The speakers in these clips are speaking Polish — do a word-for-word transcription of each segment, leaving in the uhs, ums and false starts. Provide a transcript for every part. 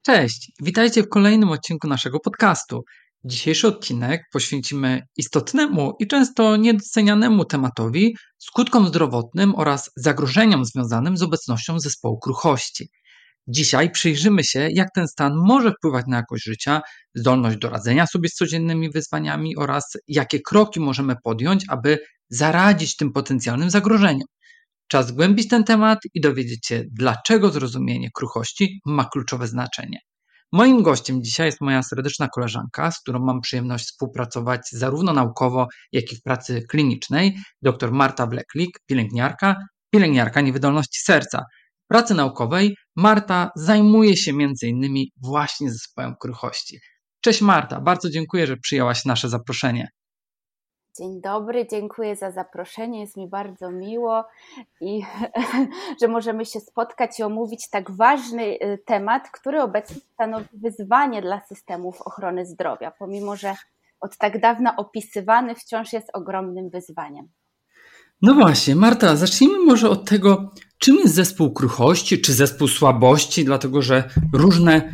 Cześć, witajcie w kolejnym odcinku naszego podcastu. Dzisiejszy odcinek poświęcimy istotnemu i często niedocenianemu tematowi, skutkom zdrowotnym oraz zagrożeniom związanym z obecnością zespołu kruchości. Dzisiaj przyjrzymy się, jak ten stan może wpływać na jakość życia, zdolność do radzenia sobie z codziennymi wyzwaniami oraz jakie kroki możemy podjąć, aby zaradzić tym potencjalnym zagrożeniom. Czas zgłębić ten temat i dowiedzieć się, dlaczego zrozumienie kruchości ma kluczowe znaczenie. Moim gościem dzisiaj jest moja serdeczna koleżanka, z którą mam przyjemność współpracować zarówno naukowo, jak i w pracy klinicznej, dr Marta Wleklik, pielęgniarka, pielęgniarka niewydolności serca. W pracy naukowej Marta zajmuje się między innymi właśnie zespołem kruchości. Cześć Marta, bardzo dziękuję, że przyjęłaś nasze zaproszenie. Dzień dobry, dziękuję za zaproszenie, jest mi bardzo miło i że możemy się spotkać i omówić tak ważny temat, który obecnie stanowi wyzwanie dla systemów ochrony zdrowia, pomimo że od tak dawna opisywany wciąż jest ogromnym wyzwaniem. No właśnie, Marta, zacznijmy może od tego, czym jest zespół kruchości czy zespół słabości, dlatego że różne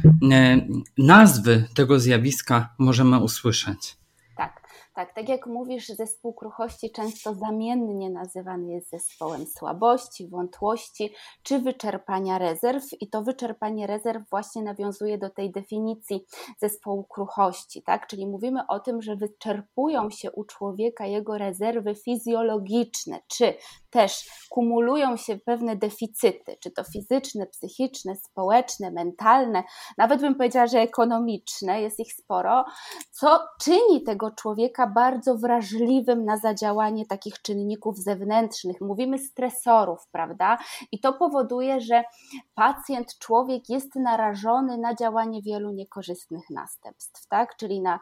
nazwy tego zjawiska możemy usłyszeć. Tak, tak jak mówisz, zespół kruchości często zamiennie nazywany jest zespołem słabości, wątłości czy wyczerpania rezerw i to wyczerpanie rezerw właśnie nawiązuje do tej definicji zespołu kruchości, tak? Czyli mówimy o tym, że wyczerpują się u człowieka jego rezerwy fizjologiczne, czy też kumulują się pewne deficyty, czy to fizyczne, psychiczne, społeczne, mentalne, nawet bym powiedziała, że ekonomiczne, jest ich sporo, co czyni tego człowieka bardzo wrażliwym na zadziałanie takich czynników zewnętrznych. Mówimy stresorów, prawda? I to powoduje, że pacjent, człowiek jest narażony na działanie wielu niekorzystnych następstw, tak? Czyli na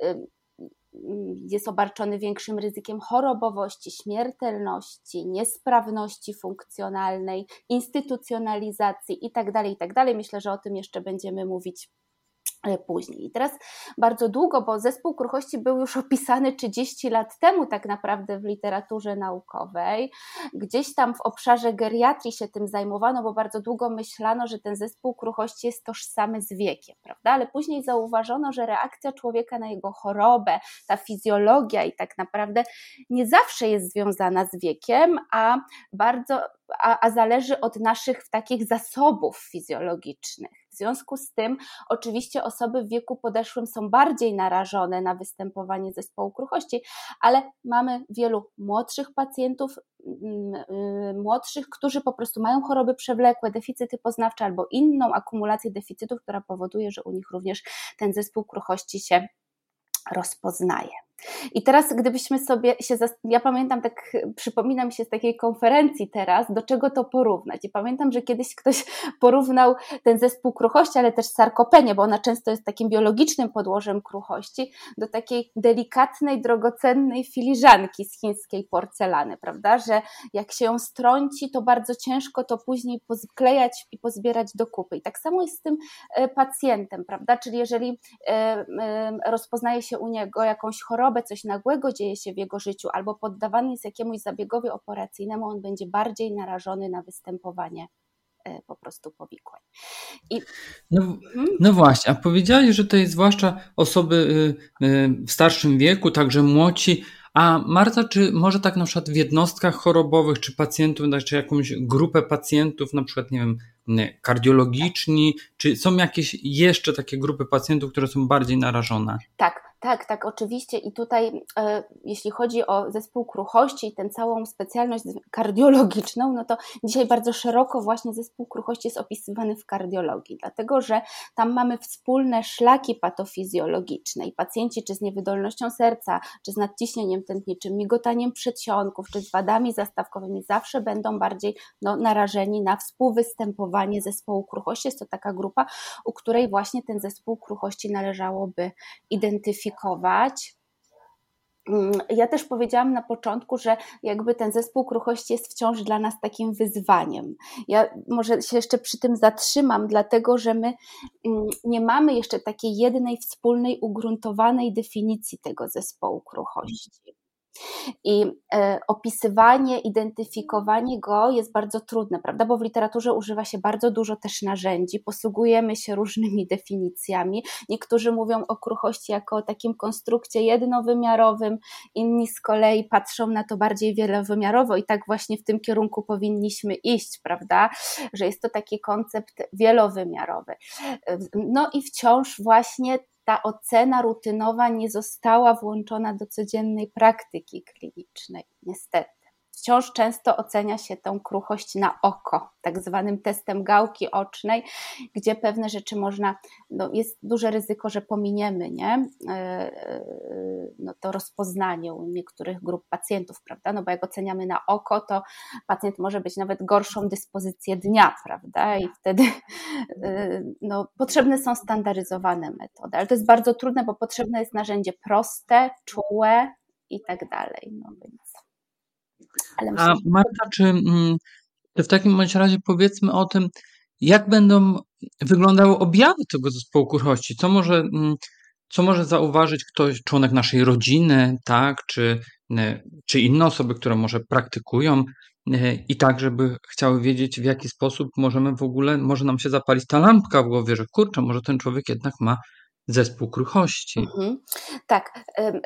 jest obarczony większym ryzykiem chorobowości, śmiertelności, niesprawności funkcjonalnej, instytucjonalizacji itd., itd. Myślę, że o tym jeszcze będziemy mówić później. I teraz bardzo długo, bo zespół kruchości był już opisany trzydzieści lat temu tak naprawdę w literaturze naukowej. Gdzieś tam w obszarze geriatrii się tym zajmowano, bo bardzo długo myślano, że ten zespół kruchości jest tożsamy z wiekiem, prawda? Ale później zauważono, że reakcja człowieka na jego chorobę, ta fizjologia i tak naprawdę nie zawsze jest związana z wiekiem, a bardzo, a, a zależy od naszych takich zasobów fizjologicznych. W związku z tym oczywiście osoby w wieku podeszłym są bardziej narażone na występowanie zespołu kruchości, ale mamy wielu młodszych pacjentów, młodszych, którzy po prostu mają choroby przewlekłe, deficyty poznawcze albo inną akumulację deficytów, która powoduje, że u nich również ten zespół kruchości się rozpoznaje. I teraz gdybyśmy sobie się, ja pamiętam, tak przypominam się z takiej konferencji teraz, do czego to porównać. I pamiętam, że kiedyś ktoś porównał ten zespół kruchości, ale też sarkopenię, bo ona często jest takim biologicznym podłożem kruchości, do takiej delikatnej, drogocennej filiżanki z chińskiej porcelany, prawda, że jak się ją strąci, to bardzo ciężko to później pozklejać i pozbierać do kupy. I tak samo jest z tym pacjentem, prawda, czyli jeżeli rozpoznaje się u niego jakąś chorobę, coś nagłego dzieje się w jego życiu albo poddawany jest jakiemuś zabiegowi operacyjnemu, on będzie bardziej narażony na występowanie po prostu powikłań. I... No, no właśnie, a powiedziałeś, że to jest zwłaszcza osoby w starszym wieku, także młodsi. A Marta, czy może tak na przykład w jednostkach chorobowych, czy pacjentów, czy jakąś grupę pacjentów, na przykład, nie wiem, kardiologiczni, czy są jakieś jeszcze takie grupy pacjentów, które są bardziej narażone? Tak, tak, tak, oczywiście i tutaj e, jeśli chodzi o zespół kruchości i tę całą specjalność kardiologiczną, no to dzisiaj bardzo szeroko właśnie zespół kruchości jest opisywany w kardiologii, dlatego że tam mamy wspólne szlaki patofizjologiczne i pacjenci czy z niewydolnością serca, czy z nadciśnieniem tętniczym, migotaniem przedsionków, czy z wadami zastawkowymi zawsze będą bardziej no, narażeni na współwystępowanie zespołu kruchości. Jest to taka grupa, u której właśnie ten zespół kruchości należałoby identyfikować. Ja też powiedziałam na początku, że jakby ten zespół kruchości jest wciąż dla nas takim wyzwaniem. Ja może się jeszcze przy tym zatrzymam, dlatego że my nie mamy jeszcze takiej jednej wspólnej, ugruntowanej definicji tego zespołu kruchości. I e, opisywanie, identyfikowanie go jest bardzo trudne, prawda, bo w literaturze używa się bardzo dużo też narzędzi, posługujemy się różnymi definicjami. Niektórzy mówią o kruchości jako o takim konstrukcie jednowymiarowym, inni z kolei patrzą na to bardziej wielowymiarowo i tak właśnie w tym kierunku powinniśmy iść, prawda, że jest to taki koncept wielowymiarowy. No i wciąż właśnie ta ocena rutynowa nie została włączona do codziennej praktyki klinicznej, niestety. Wciąż często ocenia się tę kruchość na oko, tak zwanym testem gałki ocznej, gdzie pewne rzeczy można, no jest duże ryzyko, że pominiemy, nie? No to rozpoznanie u niektórych grup pacjentów, prawda? No bo jak oceniamy na oko, to pacjent może być nawet gorszą dyspozycję dnia, prawda? I wtedy no, potrzebne są standaryzowane metody, ale to jest bardzo trudne, bo potrzebne jest narzędzie proste, czułe i tak dalej, no więc... Ale myślę, A Marta, czy, czy w takim bądź razie powiedzmy o tym, jak będą wyglądały objawy tego zespołu kruchości? Co może, co może zauważyć ktoś, członek naszej rodziny, tak, czy, czy inne osoby, które może praktykują i tak, żeby chciały wiedzieć, w jaki sposób możemy w ogóle, może nam się zapalić ta lampka w głowie, że kurczę, może ten człowiek jednak ma zespół kruchości. Mhm. Tak,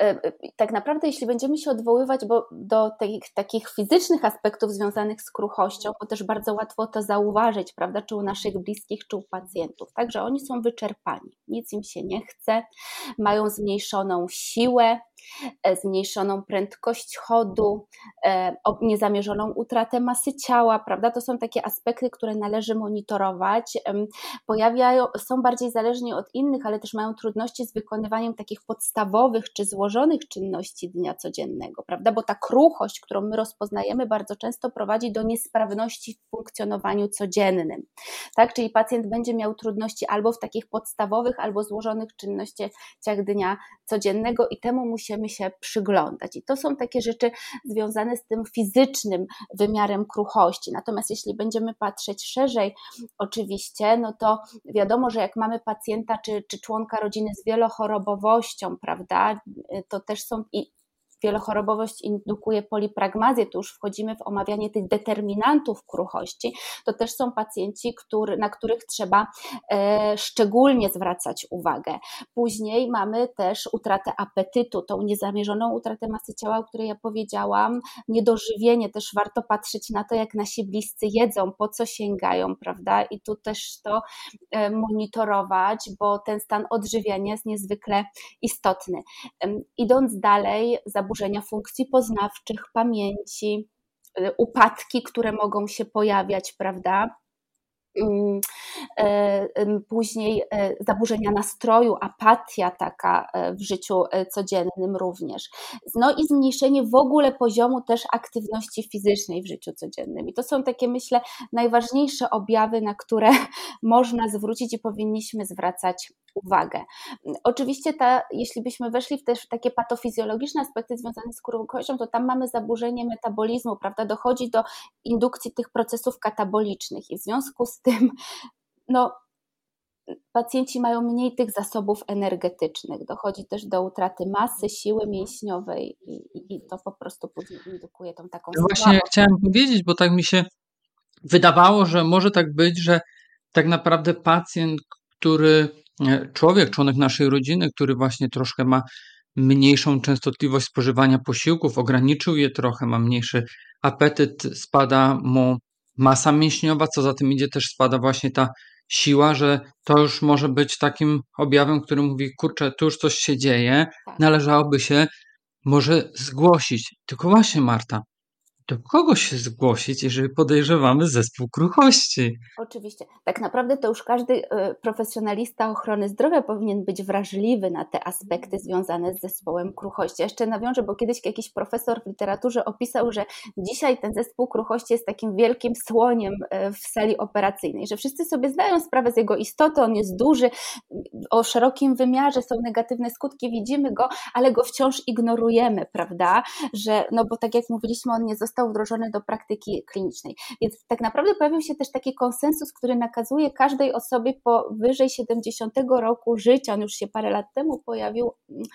tak naprawdę jeśli będziemy się odwoływać bo do tych, takich fizycznych aspektów związanych z kruchością, bo też bardzo łatwo to zauważyć, prawda, czy u naszych bliskich, czy u pacjentów, także oni są wyczerpani, nic im się nie chce, mają zmniejszoną siłę, zmniejszoną prędkość chodu, niezamierzoną utratę masy ciała, prawda? To są takie aspekty, które należy monitorować. Pojawiają, są bardziej zależni od innych, ale też mają trudności z wykonywaniem takich podstawowych czy złożonych czynności dnia codziennego, prawda? Bo ta kruchość, którą my rozpoznajemy, bardzo często prowadzi do niesprawności w funkcjonowaniu codziennym, tak? Czyli pacjent będzie miał trudności albo w takich podstawowych, albo złożonych czynnościach dnia codziennego i temu musimy się przyglądać. I to są takie rzeczy związane z tym fizycznym wymiarem kruchości. Natomiast jeśli będziemy patrzeć szerzej, oczywiście, no to wiadomo, że jak mamy pacjenta czy, czy członka rodziny z wielochorobowością, prawda, to też są i wielochorobowość indukuje polipragmazję, tu już wchodzimy w omawianie tych determinantów kruchości, to też są pacjenci, który, na których trzeba e, szczególnie zwracać uwagę. Później mamy też utratę apetytu, tą niezamierzoną utratę masy ciała, o której ja powiedziałam, niedożywienie, też warto patrzeć na to, jak nasi bliscy jedzą, po co sięgają, prawda, i tu też to e, monitorować, bo ten stan odżywiania jest niezwykle istotny. E, idąc dalej, zaburzenia funkcji poznawczych, pamięci, upadki, które mogą się pojawiać, prawda? Później zaburzenia nastroju, apatia taka w życiu codziennym również. No i zmniejszenie w ogóle poziomu też aktywności fizycznej w życiu codziennym. I to są takie, myślę, najważniejsze objawy, na które można zwrócić i powinniśmy zwracać uwagę. Oczywiście ta, jeśli byśmy weszli w też w takie patofizjologiczne aspekty związane z kruchością, to tam mamy zaburzenie metabolizmu, prawda? Dochodzi do indukcji tych procesów katabolicznych i w związku z tym no, pacjenci mają mniej tych zasobów energetycznych, dochodzi też do utraty masy, siły mięśniowej i, i, i to po prostu później indukuje tą taką no właśnie chciałem powiedzieć, bo tak mi się wydawało, że może tak być, że tak naprawdę pacjent, który, człowiek, członek naszej rodziny, który właśnie troszkę ma mniejszą częstotliwość spożywania posiłków, ograniczył je trochę, ma mniejszy apetyt, spada mu masa mięśniowa, co za tym idzie też spada właśnie ta siła, że to już może być takim objawem, który mówi, kurczę, tu już coś się dzieje, tak. Należałoby się może zgłosić. Tylko właśnie, Marta, do kogo się zgłosić, jeżeli podejrzewamy zespół kruchości? Oczywiście. Tak naprawdę to już każdy profesjonalista ochrony zdrowia powinien być wrażliwy na te aspekty związane z zespołem kruchości. Ja jeszcze nawiążę, bo kiedyś jakiś profesor w literaturze opisał, że dzisiaj ten zespół kruchości jest takim wielkim słoniem w sali operacyjnej, że wszyscy sobie zdają sprawę z jego istoty, on jest duży, o szerokim wymiarze, są negatywne skutki, widzimy go, ale go wciąż ignorujemy, prawda? Że, no bo tak jak mówiliśmy, on nie został został wdrożony do praktyki klinicznej. Więc tak naprawdę pojawił się też taki konsensus, który nakazuje każdej osobie powyżej siedemdziesiątego roku życia, on już się parę lat temu pojawił,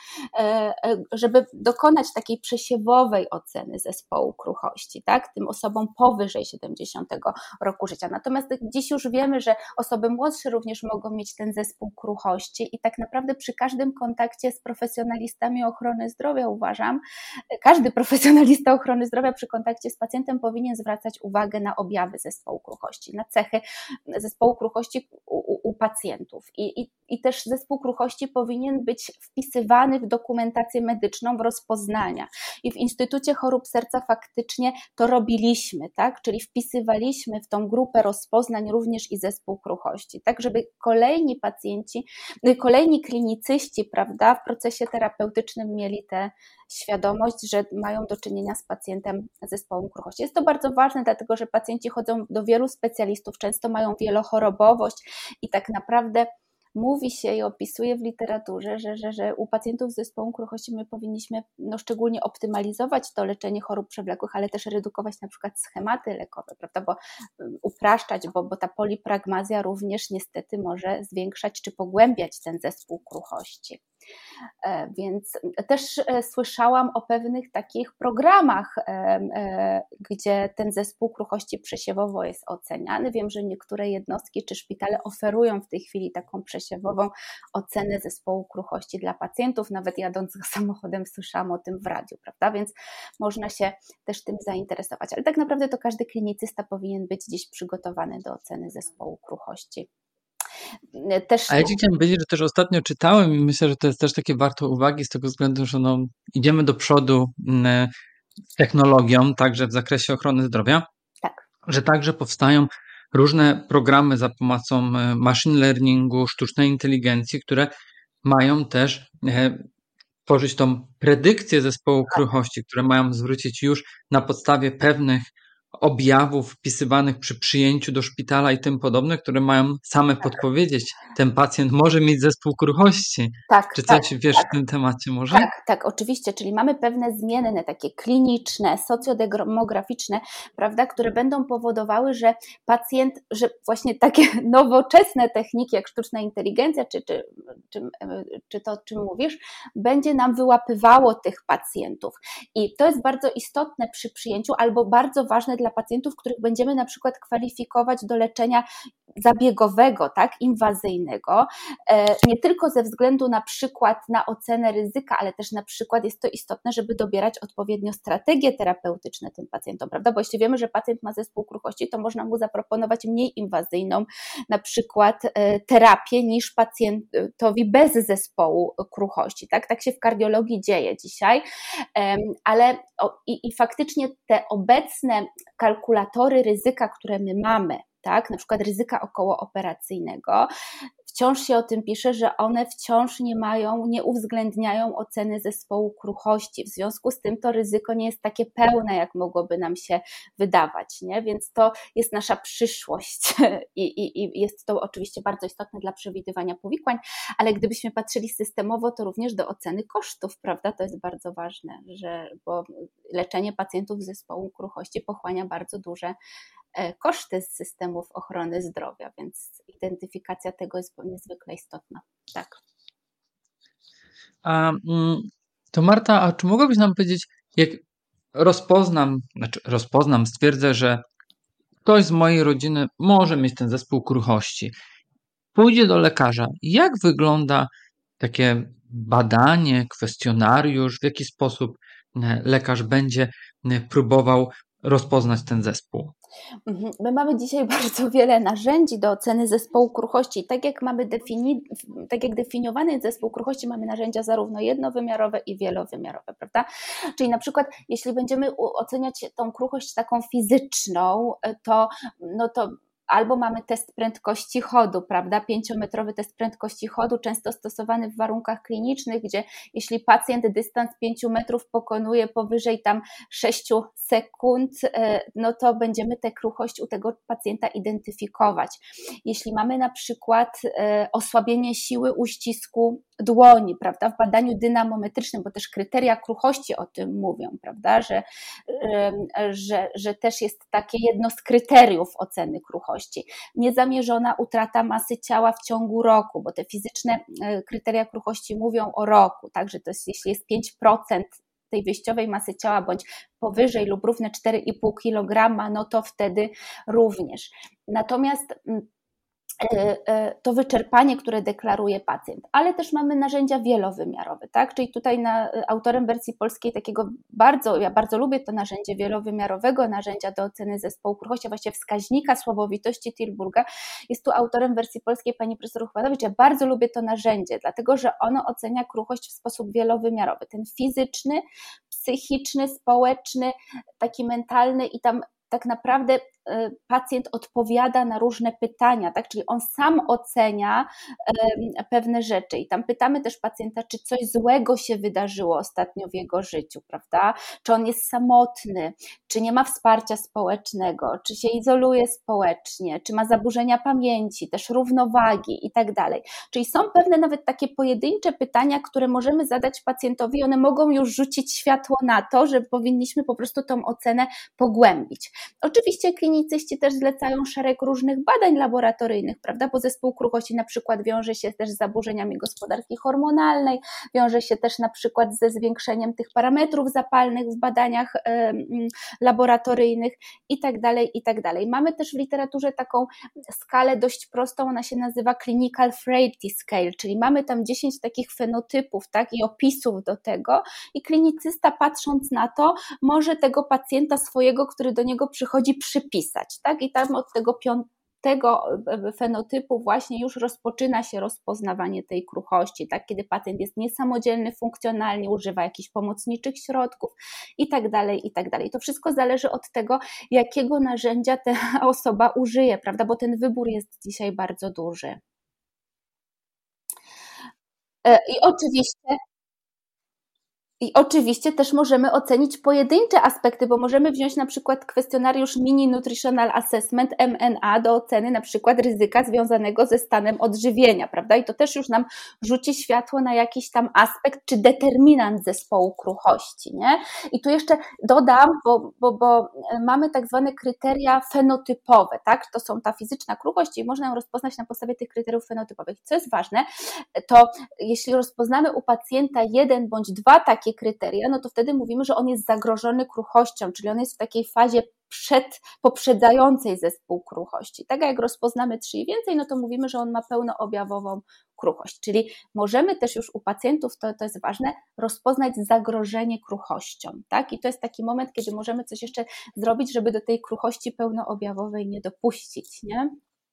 żeby dokonać takiej przesiewowej oceny zespołu kruchości, tak, tym osobom powyżej siedemdziesiątego roku życia. Natomiast dziś już wiemy, że osoby młodsze również mogą mieć ten zespół kruchości i tak naprawdę przy każdym kontakcie z profesjonalistami ochrony zdrowia, uważam, każdy profesjonalista ochrony zdrowia przy kontakcie z pacjentem powinien zwracać uwagę na objawy zespołu kruchości, na cechy zespołu kruchości u, u, u pacjentów. I, i, I też zespół kruchości powinien być wpisywany w dokumentację medyczną, w rozpoznania. I w Instytucie Chorób Serca faktycznie to robiliśmy, tak? Czyli wpisywaliśmy w tą grupę rozpoznań również i zespół kruchości, tak żeby kolejni pacjenci, kolejni klinicyści, prawda, w procesie terapeutycznym mieli tę świadomość, że mają do czynienia z pacjentem z zespołem kruchości. Jest to bardzo ważne, dlatego że pacjenci chodzą do wielu specjalistów, często mają wielochorobowość i tak naprawdę mówi się i opisuje w literaturze, że, że, że u pacjentów z zespołem kruchości my powinniśmy no, szczególnie optymalizować to leczenie chorób przewlekłych, ale też redukować na przykład schematy lekowe, prawda, bo upraszczać, bo, bo ta polipragmazja również niestety może zwiększać czy pogłębiać ten zespół kruchości. Więc też słyszałam o pewnych takich programach, gdzie ten zespół kruchości przesiewowo jest oceniany. Wiem, że niektóre jednostki czy szpitale oferują w tej chwili taką przesiewową ocenę zespołu kruchości dla pacjentów. Nawet jadąc samochodem słyszałam o tym w radiu, prawda? Więc można się też tym zainteresować. Ale tak naprawdę to każdy klinicysta powinien być dziś przygotowany do oceny zespołu kruchości. Też... A ja ci chciałem powiedzieć, że też ostatnio czytałem i myślę, że to jest też takie warte uwagi z tego względu, że no, idziemy do przodu z technologią, także w zakresie ochrony zdrowia, tak. Że także powstają różne programy za pomocą machine learningu, sztucznej inteligencji, które mają też tworzyć tą predykcję zespołu kruchości, które mają zwrócić już na podstawie pewnych objawów wpisywanych przy przyjęciu do szpitala i tym podobne, które mają same tak. podpowiedzieć, ten pacjent może mieć zespół kruchości. Tak, Czy tak, coś wiesz tak. w tym temacie może? Tak, tak, oczywiście, czyli mamy pewne zmienne, takie kliniczne, socjodemograficzne, prawda, które będą powodowały, że pacjent, że właśnie takie nowoczesne techniki jak sztuczna inteligencja, czy, czy, czy, czy to, o czym mówisz, będzie nam wyłapywało tych pacjentów. I to jest bardzo istotne przy przyjęciu, albo bardzo ważne dla pacjentów, których będziemy na przykład kwalifikować do leczenia zabiegowego, tak, inwazyjnego, nie tylko ze względu na przykład na ocenę ryzyka, ale też na przykład jest to istotne, żeby dobierać odpowiednio strategie terapeutyczne tym pacjentom, prawda, bo jeśli wiemy, że pacjent ma zespół kruchości, to można mu zaproponować mniej inwazyjną na przykład terapię niż pacjentowi bez zespołu kruchości, tak, tak się w kardiologii dzieje dzisiaj, ale i, i faktycznie te obecne kalkulatory ryzyka, które my mamy, tak, na przykład ryzyka okołooperacyjnego, wciąż się o tym pisze, że one wciąż nie mają, nie uwzględniają oceny zespołu kruchości. W związku z tym to ryzyko nie jest takie pełne, jak mogłoby nam się wydawać, nie? Więc to jest nasza przyszłość I, i, i jest to oczywiście bardzo istotne dla przewidywania powikłań, ale gdybyśmy patrzyli systemowo, to również do oceny kosztów, prawda? To jest bardzo ważne, że, bo leczenie pacjentów z zespołu kruchości pochłania bardzo duże koszty z systemów ochrony zdrowia, więc identyfikacja tego jest niezwykle istotna. Tak. A to Marta, a czy mogłabyś nam powiedzieć, jak rozpoznam, znaczy rozpoznam, stwierdzę, że ktoś z mojej rodziny może mieć ten zespół kruchości, pójdzie do lekarza, jak wygląda takie badanie, kwestionariusz, w jaki sposób lekarz będzie próbował rozpoznać ten zespół? My mamy dzisiaj bardzo wiele narzędzi do oceny zespołu kruchości. Tak jak mamy defini- tak jak definiowany jest zespół kruchości, mamy narzędzia zarówno jednowymiarowe i wielowymiarowe, prawda? Czyli na przykład, jeśli będziemy oceniać tą kruchość taką fizyczną, to, no to albo mamy test prędkości chodu, prawda, pięciometrowy test prędkości chodu, często stosowany w warunkach klinicznych, gdzie jeśli pacjent dystans pięciu metrów pokonuje powyżej tam sześciu sekund, no to będziemy tę kruchość u tego pacjenta identyfikować. Jeśli mamy na przykład osłabienie siły uścisku dłoni, prawda, w badaniu dynamometrycznym, bo też kryteria kruchości o tym mówią, prawda, że, że, że też jest takie jedno z kryteriów oceny kruchości. Niezamierzona utrata masy ciała w ciągu roku, bo te fizyczne kryteria kruchości mówią o roku, także to jest, jeśli jest pięć procent tej wyjściowej masy ciała, bądź powyżej lub równe cztery i pół kilograma, no to wtedy również. Natomiast to wyczerpanie, które deklaruje pacjent, ale też mamy narzędzia wielowymiarowe, tak? Czyli tutaj na, autorem wersji polskiej takiego bardzo, ja bardzo lubię to narzędzie wielowymiarowego, narzędzia do oceny zespołu kruchości, a właściwie wskaźnika słowowitości Tilburga. Jest tu autorem wersji polskiej pani profesor Uchwanowicz. Ja bardzo lubię to narzędzie, dlatego że ono ocenia kruchość w sposób wielowymiarowy, ten fizyczny, psychiczny, społeczny, taki mentalny i tam tak naprawdę pacjent odpowiada na różne pytania, tak? Czyli on sam ocenia pewne rzeczy i tam pytamy też pacjenta, czy coś złego się wydarzyło ostatnio w jego życiu, prawda? Czy on jest samotny, czy nie ma wsparcia społecznego, czy się izoluje społecznie, czy ma zaburzenia pamięci, też równowagi i tak dalej. Czyli są pewne nawet takie pojedyncze pytania, które możemy zadać pacjentowi, one mogą już rzucić światło na to, że powinniśmy po prostu tą ocenę pogłębić. Oczywiście klinicyści też zlecają szereg różnych badań laboratoryjnych, prawda, bo zespół kruchości na przykład wiąże się też z zaburzeniami gospodarki hormonalnej, wiąże się też na przykład ze zwiększeniem tych parametrów zapalnych w badaniach y, y, laboratoryjnych i tak dalej, i tak dalej. Mamy też w literaturze taką skalę dość prostą, ona się nazywa Clinical Frailty Scale, czyli mamy tam dziesięć takich fenotypów, tak, i opisów do tego i klinicysta patrząc na to może tego pacjenta swojego, który do niego przychodzi, przypisać, tak? I tam od tego piątego fenotypu właśnie już rozpoczyna się rozpoznawanie tej kruchości, tak? Kiedy pacjent jest niesamodzielny funkcjonalnie, używa jakichś pomocniczych środków i tak dalej, i tak dalej. To wszystko zależy od tego, jakiego narzędzia ta osoba użyje, prawda? Bo ten wybór jest dzisiaj bardzo duży. I oczywiście I oczywiście też możemy ocenić pojedyncze aspekty, bo możemy wziąć na przykład kwestionariusz Mini Nutritional Assessment M N A do oceny na przykład ryzyka związanego ze stanem odżywienia, prawda? I to też już nam rzuci światło na jakiś tam aspekt czy determinant zespołu kruchości, nie? I tu jeszcze dodam, bo, bo, bo mamy tak zwane kryteria fenotypowe, tak? To są ta fizyczna kruchość i można ją rozpoznać na podstawie tych kryteriów fenotypowych. Co jest ważne, to jeśli rozpoznamy u pacjenta jeden bądź dwa takie kryteria, no to wtedy mówimy, że on jest zagrożony kruchością, czyli on jest w takiej fazie przed, poprzedzającej zespół kruchości. Tak jak rozpoznamy trzy i więcej, no to mówimy, że on ma pełnoobjawową kruchość, czyli możemy też już u pacjentów, to, to jest ważne, rozpoznać zagrożenie kruchością, tak? I to jest taki moment, kiedy możemy coś jeszcze zrobić, żeby do tej kruchości pełnoobjawowej nie dopuścić, nie?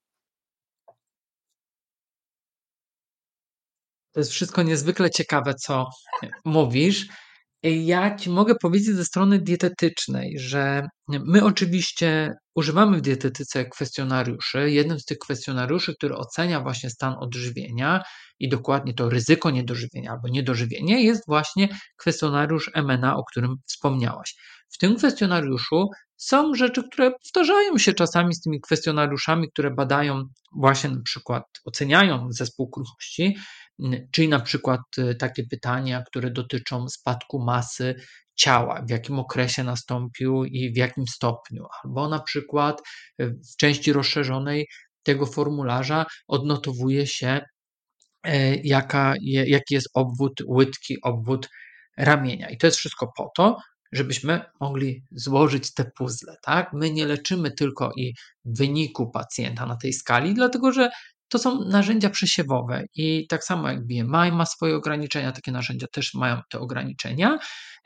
To jest wszystko niezwykle ciekawe, co mówisz. Ja ci mogę powiedzieć ze strony dietetycznej, że my oczywiście używamy w dietetyce kwestionariuszy. Jednym z tych kwestionariuszy, który ocenia właśnie stan odżywienia i dokładnie to ryzyko niedożywienia albo niedożywienie, jest właśnie kwestionariusz M N A, o którym wspomniałaś. W tym kwestionariuszu są rzeczy, które powtarzają się czasami z tymi kwestionariuszami, które badają właśnie na przykład, oceniają zespół kruchości, czyli na przykład takie pytania, które dotyczą spadku masy ciała, w jakim okresie nastąpił i w jakim stopniu, albo na przykład w części rozszerzonej tego formularza odnotowuje się, jaka, jaki jest obwód łydki, obwód ramienia. I to jest wszystko po to, żebyśmy mogli złożyć te puzzle, tak? My nie leczymy tylko i wyniku pacjenta na tej skali, dlatego że to są narzędzia przesiewowe i tak samo jak B M I ma swoje ograniczenia, takie narzędzia też mają te ograniczenia.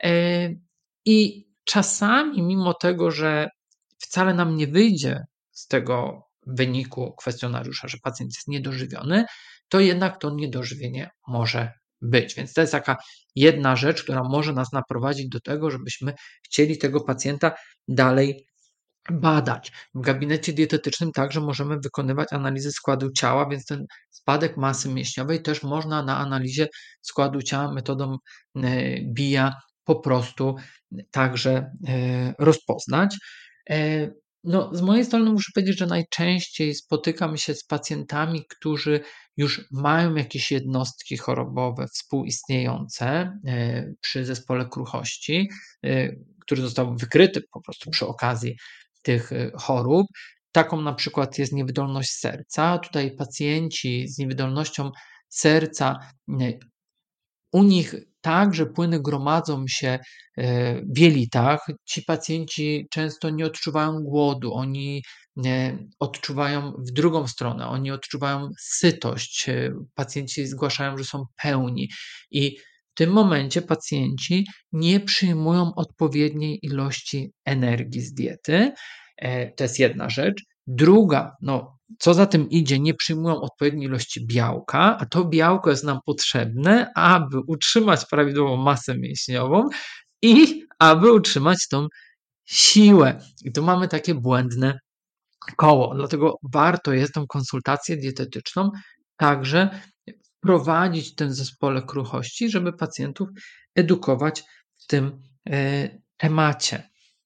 I czasami, mimo tego, że wcale nam nie wyjdzie z tego wyniku kwestionariusza, że pacjent jest niedożywiony, to jednak to niedożywienie może być. Więc to jest taka jedna rzecz, która może nas naprowadzić do tego, żebyśmy chcieli tego pacjenta dalej badać. W gabinecie dietetycznym także możemy wykonywać analizy składu ciała, więc ten spadek masy mięśniowej też można na analizie składu ciała metodą B I A po prostu także rozpoznać. No, z mojej strony muszę powiedzieć, że najczęściej spotykam się z pacjentami, którzy już mają jakieś jednostki chorobowe współistniejące przy zespole kruchości, który został wykryty po prostu przy okazji tych chorób. Taką na przykład jest niewydolność serca. Tutaj pacjenci z niewydolnością serca, u nich także płyny gromadzą się w jelitach. Ci pacjenci często nie odczuwają głodu, oni odczuwają w drugą stronę, oni odczuwają sytość. Pacjenci zgłaszają, że są pełni i w tym momencie pacjenci nie przyjmują odpowiedniej ilości energii z diety. To jest jedna rzecz. Druga, no co za tym idzie, nie przyjmują odpowiedniej ilości białka, a to białko jest nam potrzebne, aby utrzymać prawidłową masę mięśniową i aby utrzymać tą siłę. I tu mamy takie błędne koło. Dlatego warto jest tą konsultację dietetyczną także wprowadzić w tym zespole kruchości, żeby pacjentów edukować w tym temacie.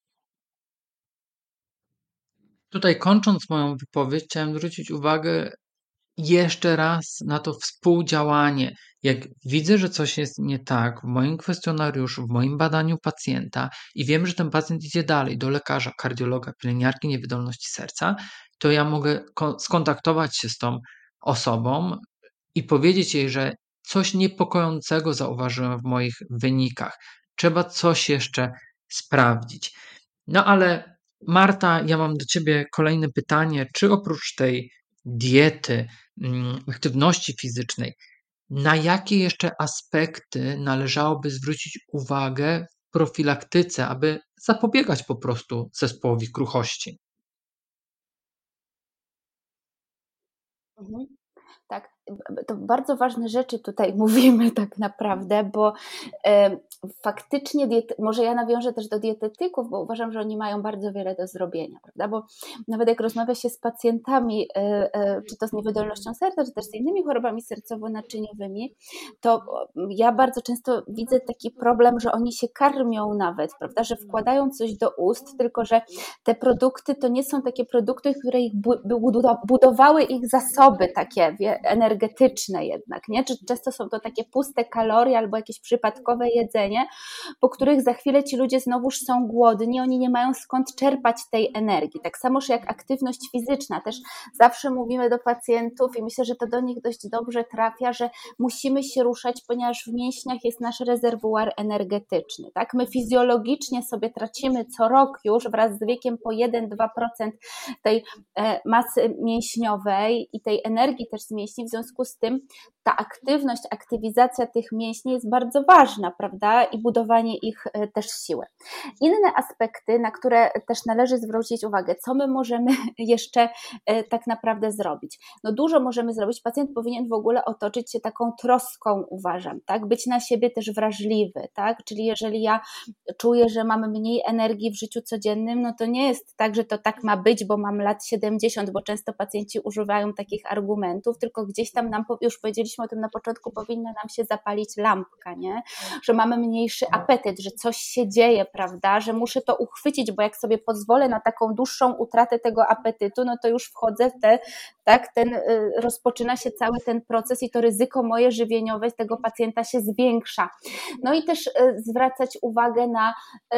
Tutaj kończąc moją wypowiedź, chciałem zwrócić uwagę jeszcze raz na to współdziałanie. Jak widzę, że coś jest nie tak w moim kwestionariuszu, w moim badaniu pacjenta i wiem, że ten pacjent idzie dalej do lekarza, kardiologa, pielęgniarki niewydolności serca, to ja mogę skontaktować się z tą osobą i powiedzieć jej, że coś niepokojącego zauważyłem w moich wynikach. Trzeba coś jeszcze sprawdzić. No ale Marta, ja mam do Ciebie kolejne pytanie. Czy oprócz tej diety, aktywności fizycznej, na jakie jeszcze aspekty należałoby zwrócić uwagę w profilaktyce, aby zapobiegać po prostu zespołowi kruchości? Mhm. Tak, to bardzo ważne rzeczy tutaj mówimy tak naprawdę, bo e, faktycznie, diety, może ja nawiążę też do dietetyków, bo uważam, że oni mają bardzo wiele do zrobienia, prawda? Bo nawet jak rozmawia się z pacjentami, e, e, czy to z niewydolnością serca, czy też z innymi chorobami sercowo-naczyniowymi, to ja bardzo często widzę taki problem, że oni się karmią nawet, prawda? Że wkładają coś do ust, tylko że te produkty to nie są takie produkty, które ich budowały ich zasoby takie energetyczne jednak, nie? Czy często są to takie puste kalorie albo jakieś przypadkowe jedzenie, po których za chwilę ci ludzie znowuż są głodni, oni nie mają skąd czerpać tej energii. Tak samo jak aktywność fizyczna. Też zawsze mówimy do pacjentów i myślę, że to do nich dość dobrze trafia, że musimy się ruszać, ponieważ w mięśniach jest nasz rezerwuar energetyczny. Tak? My fizjologicznie sobie tracimy co rok już wraz z wiekiem po jeden do dwóch procent tej masy mięśniowej i tej energii też z mięśni, w związku z tym ta aktywność, aktywizacja tych mięśni jest bardzo ważna, prawda? I budowanie ich też siły. Inne aspekty, na które też należy zwrócić uwagę, co my możemy jeszcze tak naprawdę zrobić. No dużo możemy zrobić, pacjent powinien w ogóle otoczyć się taką troską, uważam, tak? Być na siebie też wrażliwy, tak? Czyli jeżeli ja czuję, że mam mniej energii w życiu codziennym, no to nie jest tak, że to tak ma być, bo mam lat siedemdziesiąt, bo często pacjenci używają takich argumentów, tylko gdzieś tam nam, już powiedzieliśmy o tym na początku, powinna nam się zapalić lampka, nie? Że mamy mniejszy apetyt, że coś się dzieje, prawda, że muszę to uchwycić, bo jak sobie pozwolę na taką dłuższą utratę tego apetytu, no to już wchodzę w te, tak, ten, rozpoczyna się cały ten proces i to ryzyko moje żywieniowe tego pacjenta się zwiększa. No i też zwracać uwagę na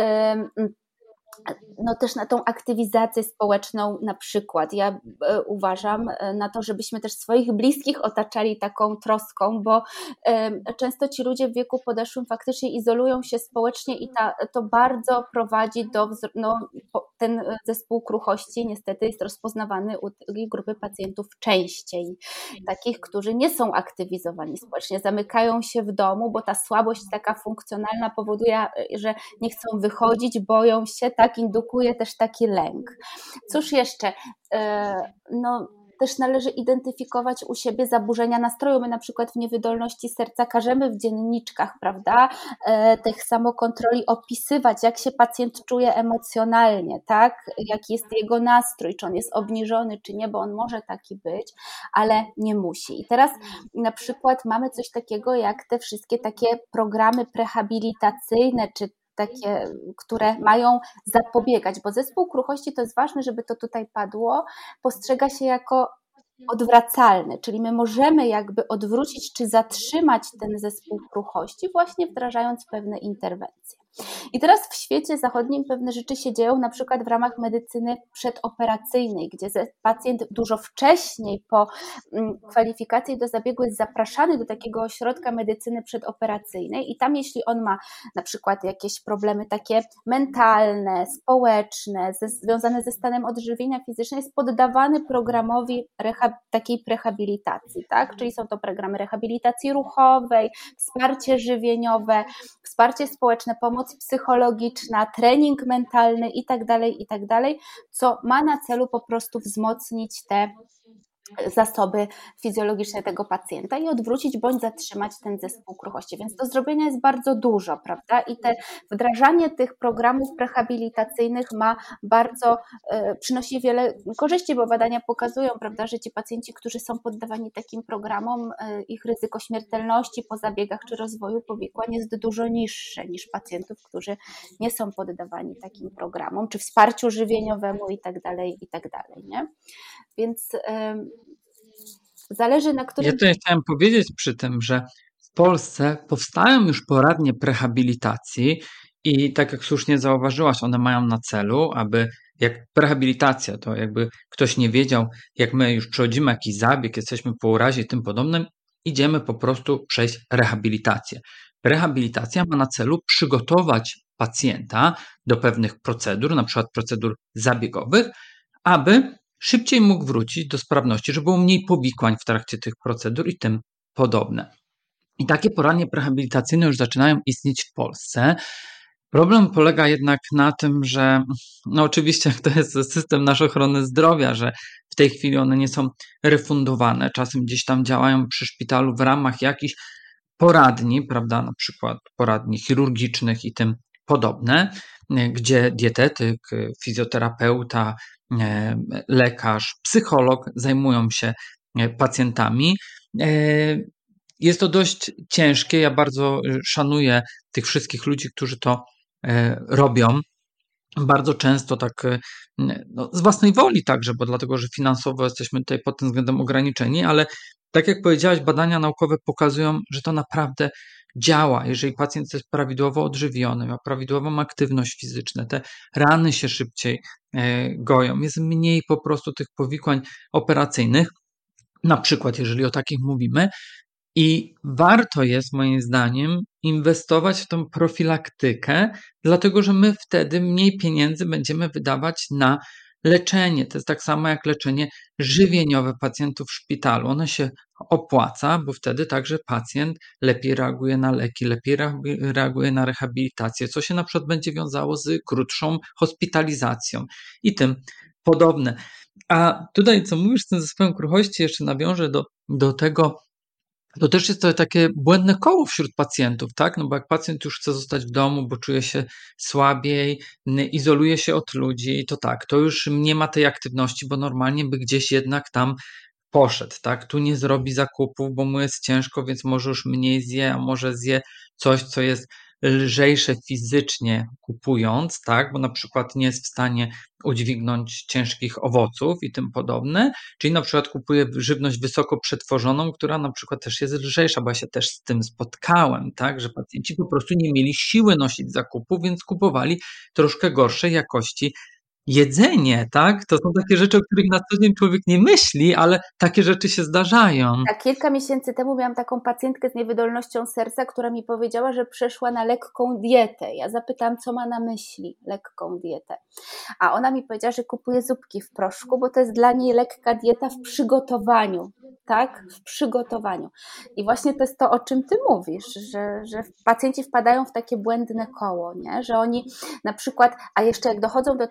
no też na tą aktywizację społeczną na przykład. Ja e, uważam na to, żebyśmy też swoich bliskich otaczali taką troską, bo e, często ci ludzie w wieku podeszłym faktycznie izolują się społecznie i ta, to bardzo prowadzi do, no, ten zespół kruchości niestety jest rozpoznawany u tej grupy pacjentów częściej. Takich, którzy nie są aktywizowani społecznie, zamykają się w domu, bo ta słabość taka funkcjonalna powoduje, że nie chcą wychodzić, boją się, tak, indukuje też taki lęk. Cóż jeszcze? No, też należy identyfikować u siebie zaburzenia nastroju. My na przykład w niewydolności serca każemy w dzienniczkach, prawda, tych samokontroli opisywać, jak się pacjent czuje emocjonalnie, tak, jaki jest jego nastrój, czy on jest obniżony, czy nie, bo on może taki być, ale nie musi. I teraz na przykład mamy coś takiego jak te wszystkie takie programy prehabilitacyjne, czy takie, które mają zapobiegać, bo zespół kruchości, to jest ważne, żeby to tutaj padło, postrzega się jako odwracalny, czyli my możemy jakby odwrócić czy zatrzymać ten zespół kruchości właśnie wdrażając pewne interwencje. I teraz w świecie zachodnim pewne rzeczy się dzieją na przykład w ramach medycyny przedoperacyjnej, gdzie pacjent dużo wcześniej po kwalifikacji do zabiegu jest zapraszany do takiego ośrodka medycyny przedoperacyjnej i tam jeśli on ma na przykład jakieś problemy takie mentalne, społeczne, ze, związane ze stanem odżywienia fizycznego, jest poddawany programowi rehab, takiej prehabilitacji, tak? Czyli są to programy rehabilitacji ruchowej, wsparcie żywieniowe, wsparcie społeczne, pomoc psychologiczna, trening mentalny i tak dalej, i tak dalej, co ma na celu po prostu wzmocnić te zasoby fizjologiczne tego pacjenta i odwrócić bądź zatrzymać ten zespół kruchości. Więc do zrobienia jest bardzo dużo, prawda? I te wdrażanie tych programów rehabilitacyjnych ma bardzo, e, przynosi wiele korzyści, bo badania pokazują, prawda, że ci pacjenci, którzy są poddawani takim programom, e, ich ryzyko śmiertelności po zabiegach czy rozwoju powikłań jest dużo niższe niż pacjentów, którzy nie są poddawani takim programom, czy wsparciu żywieniowemu i tak dalej, i tak dalej, nie? Więc e, zależy na którym... Ja tutaj chciałem powiedzieć przy tym, że w Polsce powstają już poradnie prehabilitacji i tak jak słusznie zauważyłaś, one mają na celu, aby jak prehabilitacja, to jakby ktoś nie wiedział, jak my już przechodzimy jakiś zabieg, jesteśmy po urazie i tym podobnym, idziemy po prostu przejść rehabilitację. Rehabilitacja ma na celu przygotować pacjenta do pewnych procedur, na przykład procedur zabiegowych, aby szybciej mógł wrócić do sprawności, żeby było mniej powikłań w trakcie tych procedur i tym podobne. I takie poradnie prehabilitacyjne już zaczynają istnieć w Polsce. Problem polega jednak na tym, że no oczywiście to jest system nasz ochrony zdrowia, że w tej chwili one nie są refundowane. Czasem gdzieś tam działają przy szpitalu w ramach jakichś poradni, prawda, na przykład poradni chirurgicznych i tym podobne, gdzie dietetyk, fizjoterapeuta, lekarz, psycholog zajmują się pacjentami. Jest to dość ciężkie. Ja bardzo szanuję tych wszystkich ludzi, którzy to robią. Bardzo często tak no, z własnej woli także, bo dlatego, że finansowo jesteśmy tutaj pod tym względem ograniczeni, ale tak jak powiedziałaś, badania naukowe pokazują, że to naprawdę działa. Jeżeli pacjent jest prawidłowo odżywiony, ma prawidłową aktywność fizyczną, te rany się szybciej e, goją, jest mniej po prostu tych powikłań operacyjnych, na przykład jeżeli o takich mówimy, i warto jest moim zdaniem inwestować w tą profilaktykę, dlatego że my wtedy mniej pieniędzy będziemy wydawać na leczenie. To jest tak samo jak leczenie żywieniowe pacjentów w szpitalu. Ono się opłaca, bo wtedy także pacjent lepiej reaguje na leki, lepiej reaguje na rehabilitację, co się na przykład będzie wiązało z krótszą hospitalizacją i tym podobne. A tutaj, co mówisz z tym zespołem kruchości, jeszcze nawiążę do, do tego, to też jest to takie błędne koło wśród pacjentów, tak? No bo jak pacjent już chce zostać w domu, bo czuje się słabiej, izoluje się od ludzi, to tak, to już nie ma tej aktywności, bo normalnie by gdzieś jednak tam poszedł, tak? Tu nie zrobi zakupów, bo mu jest ciężko, więc może już mniej zje, a może zje coś, co jest lżejsze fizycznie kupując, tak? Bo na przykład nie jest w stanie udźwignąć ciężkich owoców i tym podobne, czyli na przykład kupuje żywność wysoko przetworzoną, która na przykład też jest lżejsza, bo ja się też z tym spotkałem, tak? Że pacjenci po prostu nie mieli siły nosić zakupów, więc kupowali troszkę gorszej jakości jedzenie, tak? To są takie rzeczy, o których na co dzień człowiek nie myśli, ale takie rzeczy się zdarzają. Tak, kilka miesięcy temu miałam taką pacjentkę z niewydolnością serca, która mi powiedziała, że przeszła na lekką dietę. Ja zapytałam, co ma na myśli lekką dietę. A ona mi powiedziała, że kupuje zupki w proszku, bo to jest dla niej lekka dieta w przygotowaniu. Tak? W przygotowaniu. I właśnie to jest to, o czym ty mówisz, że, że pacjenci wpadają w takie błędne koło, nie? Że oni na przykład, a jeszcze jak dochodzą do tego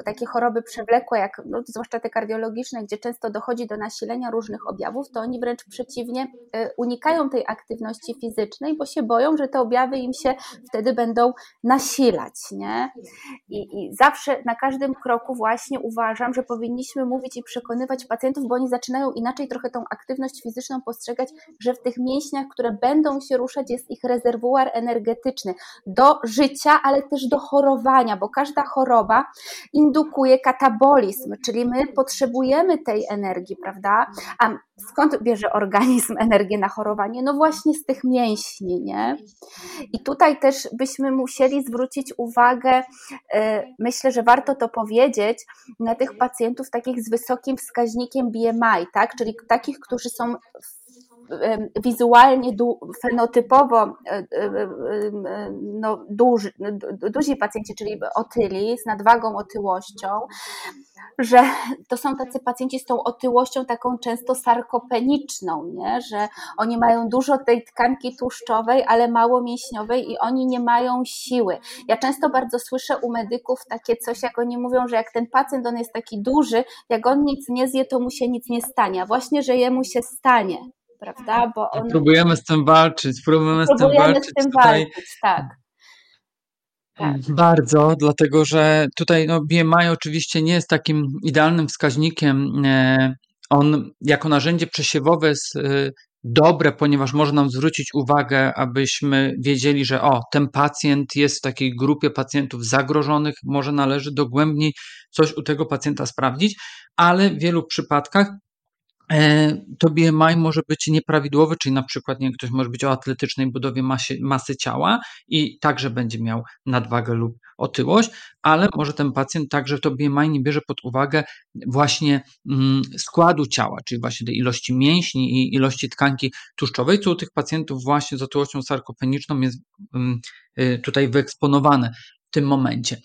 takie choroby przewlekłe, jak no, zwłaszcza te kardiologiczne, gdzie często dochodzi do nasilenia różnych objawów, to oni wręcz przeciwnie unikają tej aktywności fizycznej, bo się boją, że te objawy im się wtedy będą nasilać, nie? I, i zawsze na każdym kroku właśnie uważam, że powinniśmy mówić i przekonywać pacjentów, bo oni zaczynają inaczej trochę tą aktywność fizyczną postrzegać, że w tych mięśniach, które będą się ruszać, jest ich rezerwuar energetyczny do życia, ale też do chorowania, bo każda choroba indukuje katabolizm, czyli my potrzebujemy tej energii, prawda? A skąd bierze organizm energię na chorowanie? No właśnie z tych mięśni, nie? I tutaj też byśmy musieli zwrócić uwagę, myślę, że warto to powiedzieć, na tych pacjentów takich z wysokim wskaźnikiem B M I, tak? Czyli takich, którzy są wizualnie, fenotypowo no, duży, duzi pacjenci, czyli otyli, z nadwagą, otyłością, że to są tacy pacjenci z tą otyłością taką często sarkopeniczną, nie? Że oni mają dużo tej tkanki tłuszczowej, ale mało mięśniowej i oni nie mają siły. Ja często bardzo słyszę u medyków takie coś, jak oni mówią, że jak ten pacjent, on jest taki duży, jak on nic nie zje, to mu się nic nie stanie, a właśnie, że jemu się stanie. Prawda? Bo on... Próbujemy z tym walczyć, próbujemy, próbujemy z tym walczyć. Z tym tutaj... walczyć, tak. Tak. Bardzo, dlatego że tutaj no, B M I oczywiście nie jest takim idealnym wskaźnikiem. On jako narzędzie przesiewowe jest dobre, ponieważ może nam zwrócić uwagę, abyśmy wiedzieli, że o, ten pacjent jest w takiej grupie pacjentów zagrożonych, może należy dogłębniej coś u tego pacjenta sprawdzić, ale w wielu przypadkach to B M I może być nieprawidłowy, czyli na przykład nie, ktoś może być o atletycznej budowie masy, masy ciała i także będzie miał nadwagę lub otyłość, ale może ten pacjent także to B M I nie bierze pod uwagę właśnie mm, składu ciała, czyli właśnie tej ilości mięśni i ilości tkanki tłuszczowej, co u tych pacjentów właśnie z otyłością sarkopeniczną jest mm, tutaj wyeksponowane w tym momencie.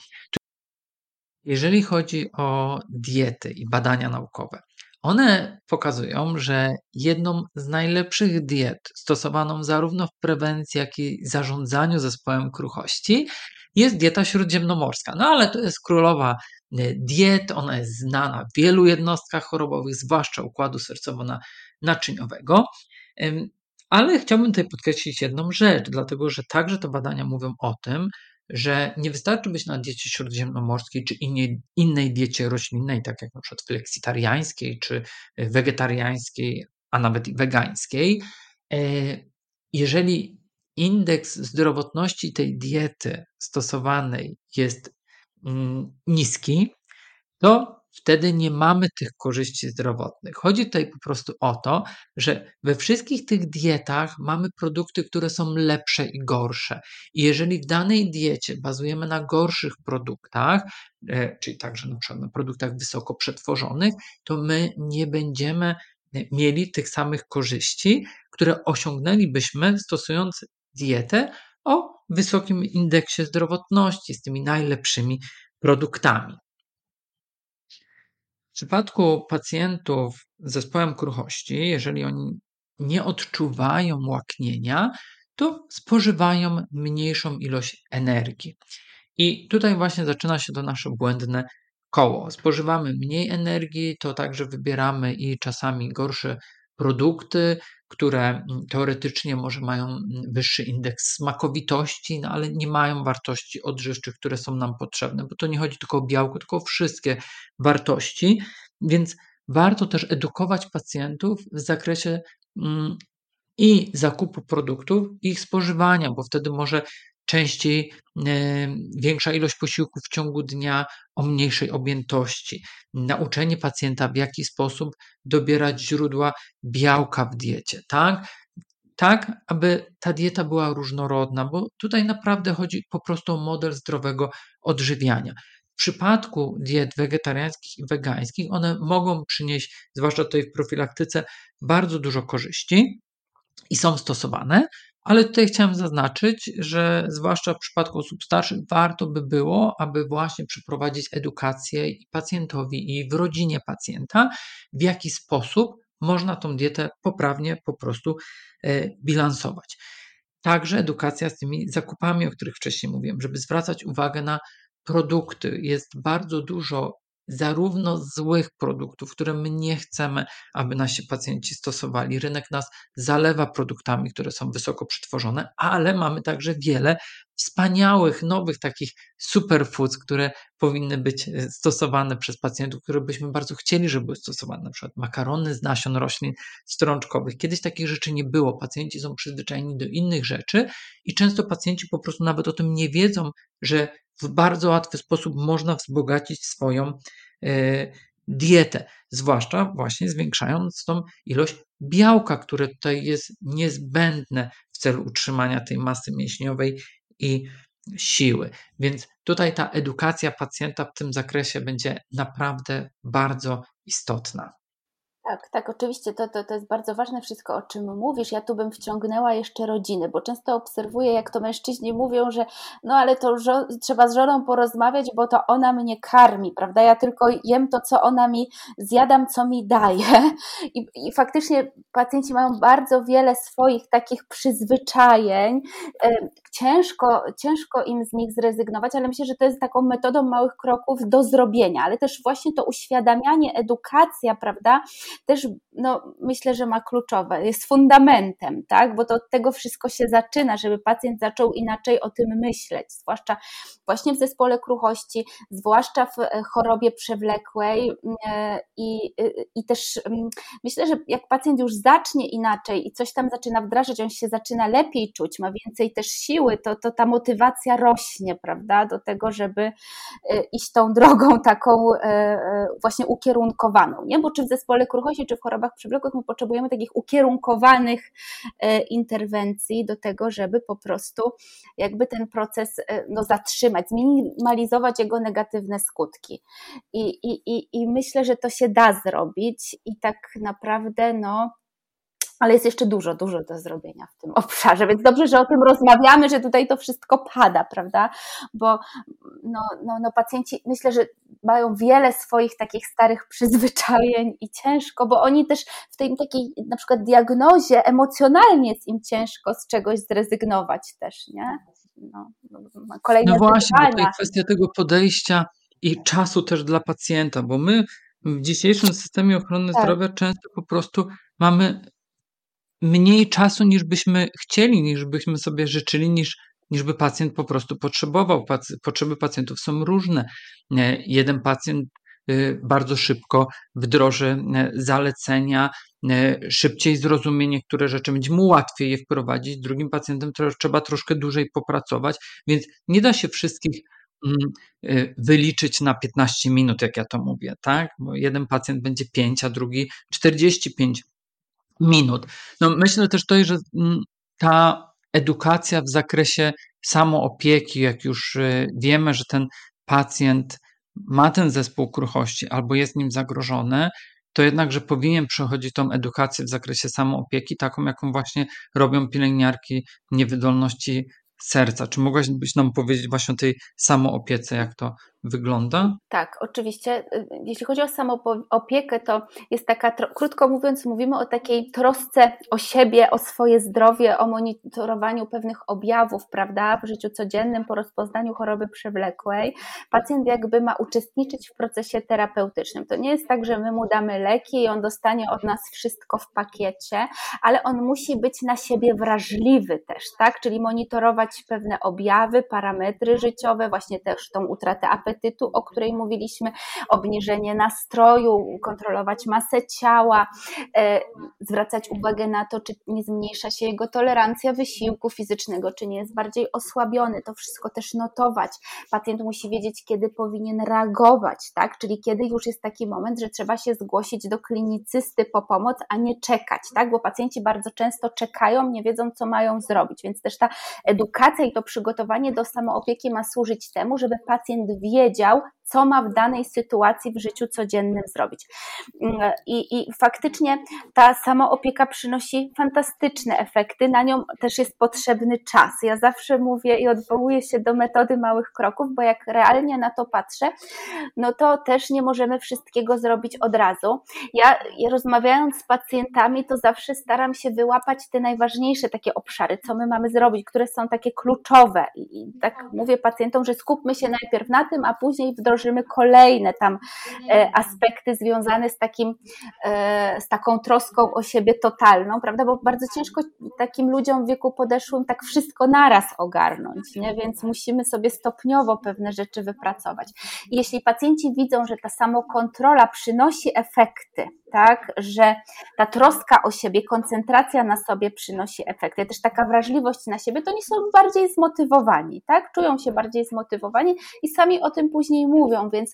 Jeżeli chodzi o diety i badania naukowe, one pokazują, że jedną z najlepszych diet stosowaną zarówno w prewencji, jak i zarządzaniu zespołem kruchości jest dieta śródziemnomorska. No ale to jest królowa diet, ona jest znana w wielu jednostkach chorobowych, zwłaszcza układu sercowo-naczyniowego. Ale chciałbym tutaj podkreślić jedną rzecz, dlatego że także te badania mówią o tym, że nie wystarczy być na diecie śródziemnomorskiej czy innej, innej diecie roślinnej, tak jak na przykład fleksitariańskiej czy wegetariańskiej, a nawet i wegańskiej. Jeżeli indeks zdrowotności tej diety stosowanej jest niski, to wtedy nie mamy tych korzyści zdrowotnych. Chodzi tutaj po prostu o to, że we wszystkich tych dietach mamy produkty, które są lepsze i gorsze. I jeżeli w danej diecie bazujemy na gorszych produktach, czyli także na przykład na produktach wysoko przetworzonych, to my nie będziemy mieli tych samych korzyści, które osiągnęlibyśmy stosując dietę o wysokim indeksie zdrowotności z tymi najlepszymi produktami. W przypadku pacjentów z zespołem kruchości, jeżeli oni nie odczuwają łaknienia, to spożywają mniejszą ilość energii. I tutaj właśnie zaczyna się to nasze błędne koło. Spożywamy mniej energii, to także wybieramy i czasami gorsze produkty, które teoretycznie może mają wyższy indeks smakowitości, no ale nie mają wartości odżywczych, które są nam potrzebne, bo to nie chodzi tylko o białko, tylko o wszystkie wartości, więc warto też edukować pacjentów w zakresie mm, i zakupu produktów, i ich spożywania, bo wtedy może częściej y, większa ilość posiłków w ciągu dnia o mniejszej objętości. Nauczenie pacjenta, w jaki sposób dobierać źródła białka w diecie, tak? Tak, aby ta dieta była różnorodna, bo tutaj naprawdę chodzi po prostu o model zdrowego odżywiania. W przypadku diet wegetariańskich i wegańskich one mogą przynieść, zwłaszcza tutaj w profilaktyce, bardzo dużo korzyści i są stosowane, ale tutaj chciałem zaznaczyć, że zwłaszcza w przypadku osób starszych warto by było, aby właśnie przeprowadzić edukację i pacjentowi i w rodzinie pacjenta, w jaki sposób można tą dietę poprawnie po prostu bilansować. Także edukacja z tymi zakupami, o których wcześniej mówiłem, żeby zwracać uwagę na produkty, jest bardzo dużo zarówno złych produktów, które my nie chcemy, aby nasi pacjenci stosowali. Rynek nas zalewa produktami, które są wysoko przetworzone, ale mamy także wiele wspaniałych, nowych takich superfoods, które powinny być stosowane przez pacjentów, które byśmy bardzo chcieli, żeby były stosowane, na przykład makarony z nasion roślin strączkowych. Kiedyś takich rzeczy nie było. Pacjenci są przyzwyczajeni do innych rzeczy i często pacjenci po prostu nawet o tym nie wiedzą, że w bardzo łatwy sposób można wzbogacić swoją e, dietę, zwłaszcza właśnie zwiększając tą ilość białka, które tutaj jest niezbędne w celu utrzymania tej masy mięśniowej i siły. Więc tutaj ta edukacja pacjenta w tym zakresie będzie naprawdę bardzo istotna. Tak, tak, oczywiście to, to, to jest bardzo ważne wszystko, o czym mówisz. Ja tu bym wciągnęła jeszcze rodziny, bo często obserwuję, jak to mężczyźni mówią, że no ale to żo- trzeba z żoną porozmawiać, bo to ona mnie karmi, prawda? Ja tylko jem to, co ona mi, zjadam, co mi daje. I, i faktycznie pacjenci mają bardzo wiele swoich takich przyzwyczajeń. Ciężko, ciężko im z nich zrezygnować, ale myślę, że to jest taką metodą małych kroków do zrobienia, ale też właśnie to uświadamianie, edukacja, prawda? Też no, myślę, że ma kluczowe, jest fundamentem, tak? Bo to od tego wszystko się zaczyna, żeby pacjent zaczął inaczej o tym myśleć, zwłaszcza właśnie w zespole kruchości, zwłaszcza w chorobie przewlekłej i, i też myślę, że jak pacjent już zacznie inaczej i coś tam zaczyna wdrażać, on się zaczyna lepiej czuć, ma więcej też siły, to, to ta motywacja rośnie, prawda, do tego, żeby iść tą drogą taką właśnie ukierunkowaną, nie? Bo czy w zespole kruchości, czy w chorobach przewlekłych my potrzebujemy takich ukierunkowanych interwencji do tego, żeby po prostu jakby ten proces no, zatrzymać, zminimalizować jego negatywne skutki. I, i, i, i myślę, że to się da zrobić i tak naprawdę no ale jest jeszcze dużo, dużo do zrobienia w tym obszarze, więc dobrze, że o tym rozmawiamy, że tutaj to wszystko pada, prawda, bo no, no, no pacjenci myślę, że mają wiele swoich takich starych przyzwyczajeń i ciężko, bo oni też w tej takiej na przykład diagnozie emocjonalnie jest im ciężko z czegoś zrezygnować też, nie? No, no, kolejne no właśnie, wyzwania. bo tutaj kwestia tego podejścia i czasu też dla pacjenta, bo my w dzisiejszym systemie ochrony Tak. zdrowia często po prostu mamy mniej czasu niż byśmy chcieli, niż byśmy sobie życzyli, niż, niż by pacjent po prostu potrzebował. Pac- potrzeby pacjentów są różne. Jeden pacjent bardzo szybko wdroży zalecenia, szybciej zrozumie niektóre rzeczy, będzie mu łatwiej je wprowadzić, z drugim pacjentem trzeba troszkę dłużej popracować, więc nie da się wszystkich wyliczyć na piętnaście minut, jak ja to mówię, tak? Bo jeden pacjent będzie pięć, a drugi czterdzieści pięć minut. No myślę też tutaj, że ta edukacja w zakresie samoopieki, jak już wiemy, że ten pacjent ma ten zespół kruchości albo jest nim zagrożony, to jednakże powinien przechodzić tą edukację w zakresie samoopieki, taką jaką właśnie robią pielęgniarki niewydolności serca. Czy mogłabyś nam powiedzieć właśnie o tej samoopiece, jak to wygląda? Tak, oczywiście. Jeśli chodzi o samoopiekę, to jest taka, krótko mówiąc, mówimy o takiej trosce o siebie, o swoje zdrowie, o monitorowaniu pewnych objawów, prawda, w życiu codziennym, po rozpoznaniu choroby przewlekłej. Pacjent jakby ma uczestniczyć w procesie terapeutycznym. To nie jest tak, że my mu damy leki i on dostanie od nas wszystko w pakiecie, ale on musi być na siebie wrażliwy też, tak, czyli monitorować pewne objawy, parametry życiowe, właśnie też tą utratę apetytu, o której mówiliśmy, obniżenie nastroju, kontrolować masę ciała, e, zwracać uwagę na to, czy nie zmniejsza się jego tolerancja wysiłku fizycznego, czy nie jest bardziej osłabiony, to wszystko też notować. Pacjent musi wiedzieć, kiedy powinien reagować, tak? Czyli kiedy już jest taki moment, że trzeba się zgłosić do klinicysty po pomoc, a nie czekać, tak? Bo pacjenci bardzo często czekają, nie wiedzą, co mają zrobić, więc też ta edukacja i to przygotowanie do samoopieki ma służyć temu, żeby pacjent wiedział, co ma w danej sytuacji w życiu codziennym zrobić. I, i faktycznie ta samoopieka przynosi fantastyczne efekty, na nią też jest potrzebny czas. Ja zawsze mówię i odwołuję się do metody małych kroków, bo jak realnie na to patrzę, no to też nie możemy wszystkiego zrobić od razu. Ja, ja rozmawiając z pacjentami, to zawsze staram się wyłapać te najważniejsze takie obszary, co my mamy zrobić, które są takie kluczowe. I, i tak mówię pacjentom, że skupmy się najpierw na tym, a później wdrożymy kolejne tam e, aspekty związane z takim, e, z taką troską o siebie totalną, prawda, bo bardzo ciężko takim ludziom w wieku podeszłym tak wszystko naraz ogarnąć, nie? Więc musimy sobie stopniowo pewne rzeczy wypracować. I jeśli pacjenci widzą, że ta samokontrola przynosi efekty, tak, że ta troska o siebie, koncentracja na sobie przynosi efekty, też taka wrażliwość na siebie, to oni są bardziej zmotywowani, tak, czują się bardziej zmotywowani i sami o tym później mówią, więc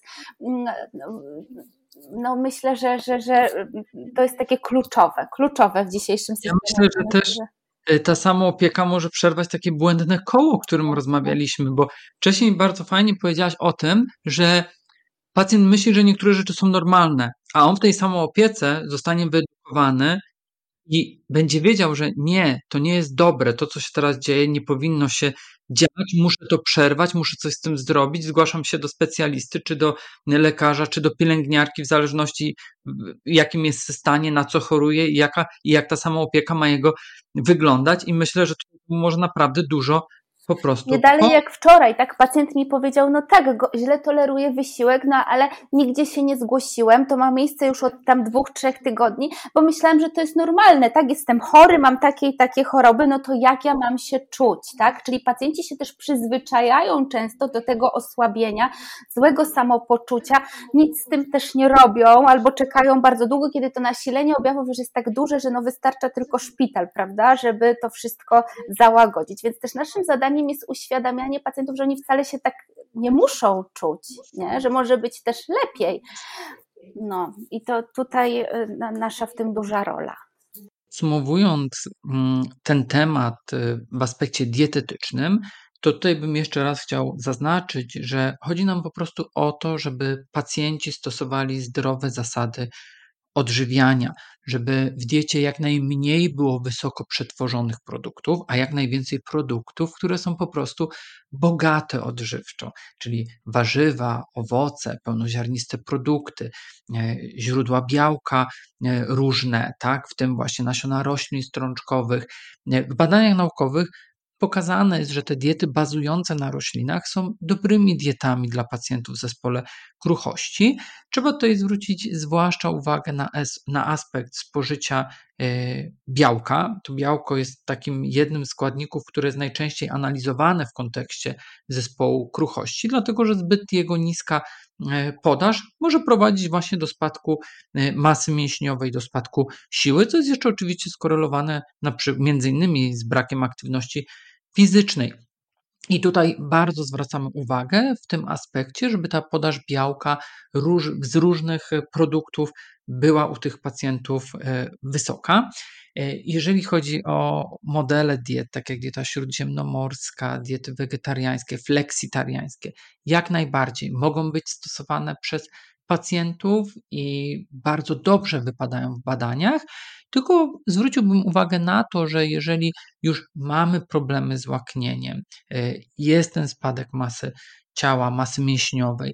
no myślę, że, że, że to jest takie kluczowe, kluczowe w dzisiejszym systemie. Ja myślę, że też ta samoopieka może przerwać takie błędne koło, o którym rozmawialiśmy, bo wcześniej bardzo fajnie powiedziałaś o tym, że pacjent myśli, że niektóre rzeczy są normalne, a on w tej samoopiece zostanie wyedukowany i będzie wiedział, że nie, to nie jest dobre, to co się teraz dzieje, nie powinno się dziać, muszę to przerwać, muszę coś z tym zrobić, zgłaszam się do specjalisty, czy do lekarza, czy do pielęgniarki, w zależności jakim jest stanie, na co choruje i jaka, i jak ta samoopieka ma jego wyglądać i myślę, że tu może naprawdę dużo po prostu. Nie dalej jak wczoraj, tak pacjent mi powiedział, no tak, go, źle toleruję wysiłek, no ale nigdzie się nie zgłosiłem, to ma miejsce już od tam dwóch, trzech tygodni, bo myślałam, że to jest normalne, tak, jestem chory, mam takie i takie choroby, no to jak ja mam się czuć, tak, czyli pacjenci się też przyzwyczajają często do tego osłabienia, złego samopoczucia, nic z tym też nie robią, albo czekają bardzo długo, kiedy to nasilenie objawów już jest tak duże, że no wystarcza tylko szpital, prawda, żeby to wszystko załagodzić, więc też naszym zadaniem jest uświadamianie pacjentów, że oni wcale się tak nie muszą czuć, nie? Że może być też lepiej. No i to tutaj nasza w tym duża rola. Podsumowując ten temat w aspekcie dietetycznym, to tutaj bym jeszcze raz chciał zaznaczyć, że chodzi nam po prostu o to, żeby pacjenci stosowali zdrowe zasady odżywiania, żeby w diecie jak najmniej było wysoko przetworzonych produktów, a jak najwięcej produktów, które są po prostu bogate odżywczo, czyli warzywa, owoce, pełnoziarniste produkty, źródła białka różne, tak, w tym właśnie nasiona roślin strączkowych. W badaniach naukowych pokazane jest, że te diety bazujące na roślinach są dobrymi dietami dla pacjentów w zespole kruchości. Trzeba tutaj zwrócić zwłaszcza uwagę na, es, na aspekt spożycia y, białka. To białko jest takim jednym z składników, które jest najczęściej analizowane w kontekście zespołu kruchości, dlatego że zbyt jego niska y, podaż może prowadzić właśnie do spadku y, masy mięśniowej, do spadku siły, co jest jeszcze oczywiście skorelowane na przy, między innymi z brakiem aktywności fizycznej. I tutaj bardzo zwracamy uwagę w tym aspekcie, żeby ta podaż białka róż, z różnych produktów była u tych pacjentów wysoka. Jeżeli chodzi o modele diet, tak jak dieta śródziemnomorska, diety wegetariańskie, fleksitariańskie, jak najbardziej mogą być stosowane przez pacjentów i bardzo dobrze wypadają w badaniach, tylko zwróciłbym uwagę na to, że jeżeli już mamy problemy z łaknieniem, jest ten spadek masy ciała, masy mięśniowej,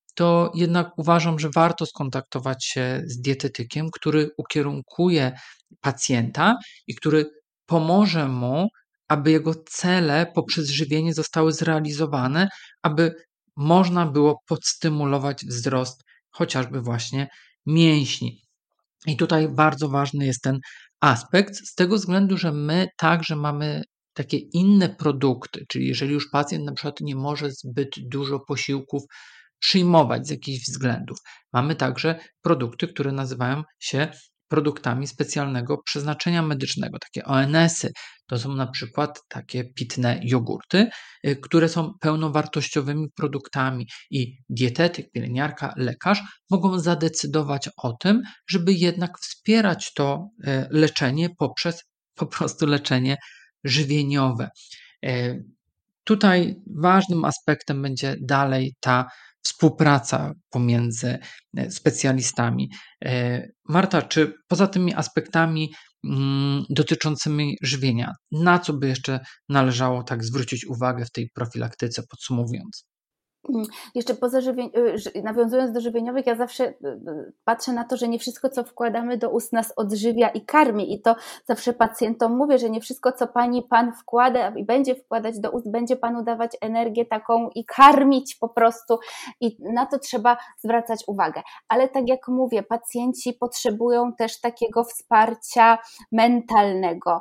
to jednak uważam, że warto skontaktować się z dietetykiem, który ukierunkuje pacjenta i który pomoże mu, aby jego cele poprzez żywienie zostały zrealizowane, aby można było podstymulować wzrost chociażby właśnie mięśni. I tutaj bardzo ważny jest ten aspekt, z tego względu, że my także mamy takie inne produkty, czyli jeżeli już pacjent na przykład nie może zbyt dużo posiłków przyjmować z jakichś względów, mamy także produkty, które nazywają się produktami specjalnego przeznaczenia medycznego, takie O N S-y. To są na przykład takie pitne jogurty, które są pełnowartościowymi produktami i dietetyk, pielęgniarka, lekarz mogą zadecydować o tym, żeby jednak wspierać to leczenie poprzez po prostu leczenie żywieniowe. Tutaj ważnym aspektem będzie dalej ta współpraca pomiędzy specjalistami. Marta, czy poza tymi aspektami mm, dotyczącymi żywienia, na co by jeszcze należało tak zwrócić uwagę w tej profilaktyce, podsumowując? Jeszcze poza żywień... nawiązując do żywieniowych, ja zawsze patrzę na to, że nie wszystko, co wkładamy do ust, nas odżywia i karmi, i to zawsze pacjentom mówię, że nie wszystko, co pani, pan wkłada i będzie wkładać do ust, będzie panu dawać energię taką i karmić po prostu, i na to trzeba zwracać uwagę. Ale tak jak mówię, pacjenci potrzebują też takiego wsparcia mentalnego,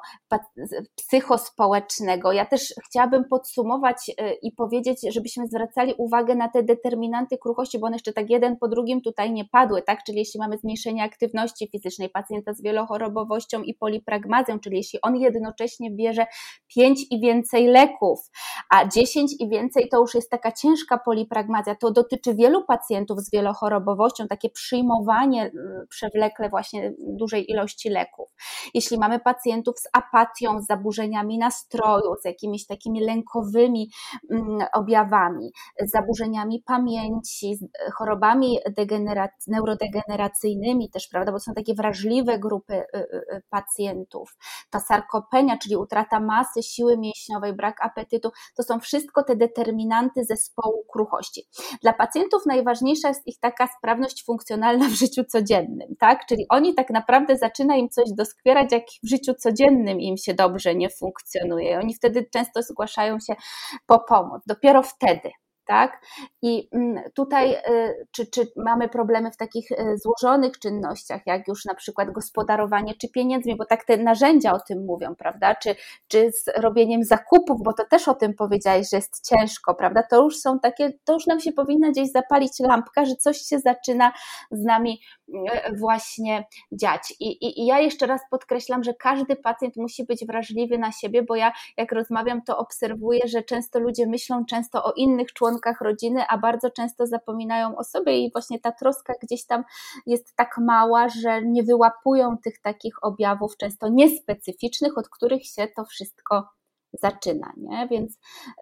psychospołecznego. Ja też chciałabym podsumować i powiedzieć, żebyśmy zwracali uwagę uwagę na te determinanty kruchości, bo one jeszcze tak jeden po drugim tutaj nie padły, tak? Czyli jeśli mamy zmniejszenie aktywności fizycznej pacjenta z wielochorobowością i polipragmazją, czyli jeśli on jednocześnie bierze pięć i więcej leków, a dziesięć i więcej to już jest taka ciężka polipragmazja, to dotyczy wielu pacjentów z wielochorobowością, takie przyjmowanie przewlekle właśnie dużej ilości leków. Jeśli mamy pacjentów z apatią, z zaburzeniami nastroju, z jakimiś takimi lękowymi objawami, z zaburzeniami pamięci, z chorobami degenerac- neurodegeneracyjnymi też, prawda, bo są takie wrażliwe grupy pacjentów. Ta sarkopenia, czyli utrata masy, siły mięśniowej, brak apetytu, to są wszystko te determinanty zespołu kruchości. Dla pacjentów najważniejsza jest ich taka sprawność funkcjonalna w życiu codziennym, tak? Czyli oni tak naprawdę zaczyna im coś doskwierać, jak w życiu codziennym im się dobrze nie funkcjonuje. Oni wtedy często zgłaszają się po pomoc. Dopiero wtedy. Tak? I tutaj czy, czy mamy problemy w takich złożonych czynnościach, jak już na przykład gospodarowanie czy pieniędzmi, bo tak te narzędzia o tym mówią, prawda? Czy, czy z robieniem zakupów, bo to też o tym powiedziałeś, że jest ciężko, prawda? To już są takie, to już nam się powinna gdzieś zapalić lampka, że coś się zaczyna z nami właśnie dziać. I, i, i ja jeszcze raz podkreślam, że każdy pacjent musi być wrażliwy na siebie, bo ja jak rozmawiam, to obserwuję, że często ludzie myślą często o innych członkach rodziny, a bardzo często zapominają o sobie i właśnie ta troska gdzieś tam jest tak mała, że nie wyłapują tych takich objawów często niespecyficznych, od których się to wszystko zaczyna, nie? Więc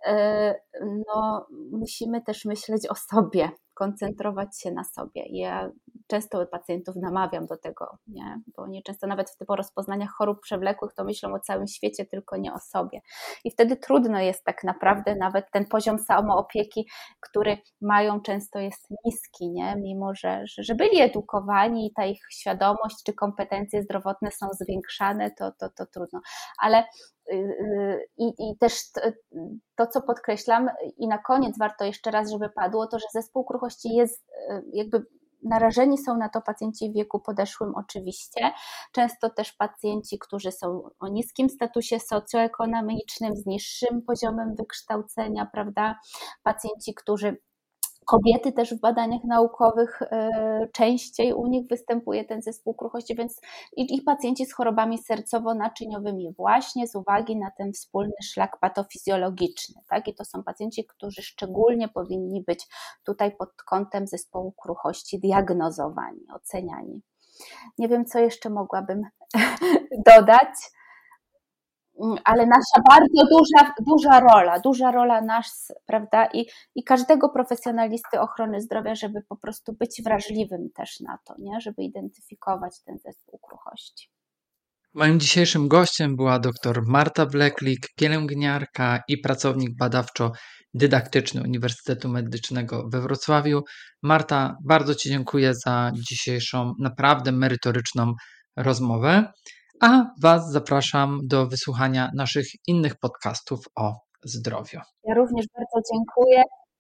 yy, no, musimy też myśleć o sobie, koncentrować się na sobie. Ja często pacjentów namawiam do tego, nie? Bo oni często nawet w typu rozpoznaniach chorób przewlekłych to myślą o całym świecie, tylko nie o sobie. I wtedy trudno jest tak naprawdę nawet ten poziom samoopieki, który mają, często jest niski, nie? Mimo że, że, że byli edukowani i ta ich świadomość czy kompetencje zdrowotne są zwiększane, to, to, to trudno. Ale I, i też to, co podkreślam i na koniec warto jeszcze raz, żeby padło, to, że zespół kruchości jest jakby, narażeni są na to pacjenci w wieku podeszłym oczywiście, często też pacjenci, którzy są o niskim statusie socjoekonomicznym, z niższym poziomem wykształcenia, prawda, pacjenci, którzy Kobiety też w badaniach naukowych częściej u nich występuje ten zespół kruchości, więc i, i pacjenci z chorobami sercowo-naczyniowymi właśnie z uwagi na ten wspólny szlak patofizjologiczny, tak? I to są pacjenci, którzy szczególnie powinni być tutaj pod kątem zespołu kruchości diagnozowani, oceniani. Nie wiem, co jeszcze mogłabym dodać. Ale nasza bardzo duża, duża rola, duża rola nas, prawda, i, i każdego profesjonalisty ochrony zdrowia, żeby po prostu być wrażliwym też na to, nie, żeby identyfikować ten zespół kruchości. Moim dzisiejszym gościem była dr Marta Wleklik, pielęgniarka i pracownik badawczo-dydaktyczny Uniwersytetu Medycznego we Wrocławiu. Marta, bardzo Ci dziękuję za dzisiejszą naprawdę merytoryczną rozmowę. A Was zapraszam do wysłuchania naszych innych podcastów o zdrowiu. Ja również bardzo dziękuję.